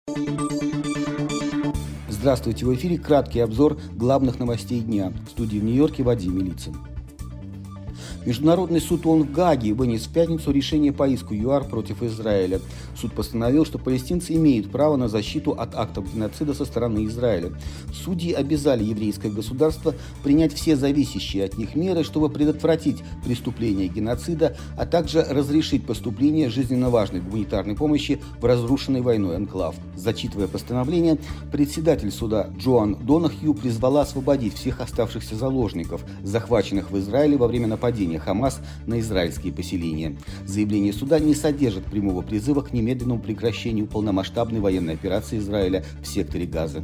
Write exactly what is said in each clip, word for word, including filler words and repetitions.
Здравствуйте, в эфире краткий обзор главных новостей дня. В студии в Нью-Йорке Вадим Милицын. Международный суд ООН в Гааге вынес в пятницу решение по иску ЮАР против Израиля. Суд постановил, что палестинцы имеют право на защиту от актов геноцида со стороны Израиля. Судьи обязали еврейское государство принять все зависящие от них меры, чтобы предотвратить преступление геноцида, а также разрешить поступление жизненно важной гуманитарной помощи в разрушенный войной анклав. Зачитывая постановление, председатель суда Джоан Донахью призвала освободить всех оставшихся заложников, захваченных в Израиле во время нападения Хамас на израильские поселения. Заявление суда не содержит прямого призыва к немедленному прекращению полномасштабной военной операции Израиля в секторе Газы.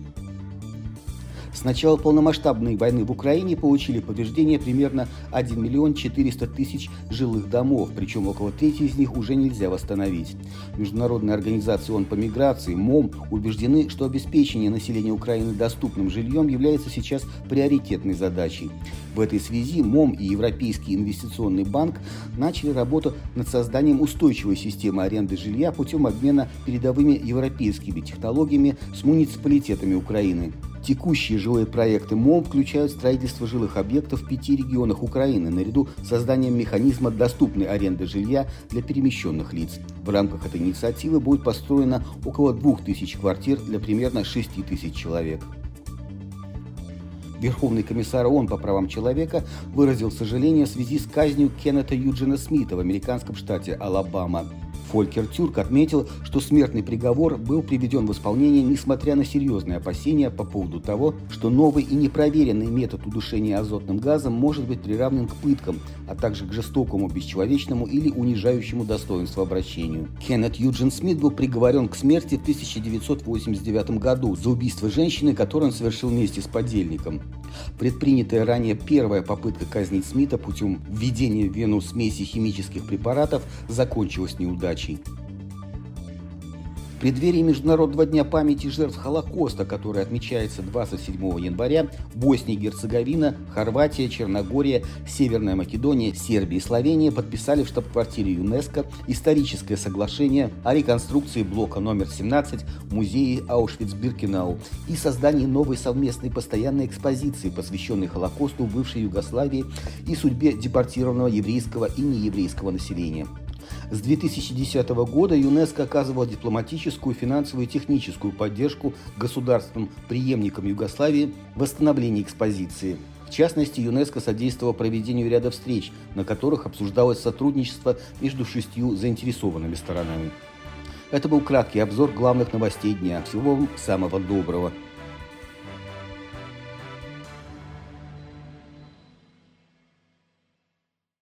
С начала полномасштабной войны в Украине получили повреждения примерно один миллион четыреста тысяч жилых домов, причем около трети из них уже нельзя восстановить. Международная организация ООН по миграции МОМ убеждены, что обеспечение населения Украины доступным жильем является сейчас приоритетной задачей. В этой связи МОМ и Европейский инвестиционный банк начали работу над созданием устойчивой системы аренды жилья путем обмена передовыми европейскими технологиями с муниципалитетами Украины. Текущие жилые проекты МОМ включают строительство жилых объектов в пяти регионах Украины наряду с созданием механизма доступной аренды жилья для перемещенных лиц. В рамках этой инициативы будет построено около двух тысяч квартир для примерно шести тысяч человек. Верховный комиссар ООН по правам человека выразил сожаление в связи с казнью Кеннета Юджина Смита в американском штате Алабама. Фолькер Тюрк отметил, что смертный приговор был приведен в исполнение, несмотря на серьезные опасения по поводу того, что новый и непроверенный метод удушения азотным газом может быть приравнен к пыткам, а также к жестокому, бесчеловечному или унижающему достоинство обращению. Кеннет Юджин Смит был приговорен к смерти в тысяча девятьсот восемьдесят девятом году за убийство женщины, которое он совершил вместе с подельником. Предпринятая ранее первая попытка казнить Смита путем введения в вену смеси химических препаратов закончилась неудачей. В преддверии Международного дня памяти жертв Холокоста, который отмечается двадцать седьмого января, Босния и Герцеговина, Хорватия, Черногория, Северная Македония, Сербия и Словения подписали в штаб-квартире ЮНЕСКО историческое соглашение о реконструкции блока номер семнадцать в музее Аушвиц-Биркенау и создании новой совместной постоянной экспозиции, посвященной Холокосту в бывшей Югославии и судьбе депортированного еврейского и нееврейского населения. С две тысячи десятого года ЮНЕСКО оказывала дипломатическую, финансовую и техническую поддержку государствам, преемникам Югославии в восстановлении экспозиции. В частности, ЮНЕСКО содействовало проведению ряда встреч, на которых обсуждалось сотрудничество между шестью заинтересованными сторонами. Это был краткий обзор главных новостей дня. Всего вам самого доброго.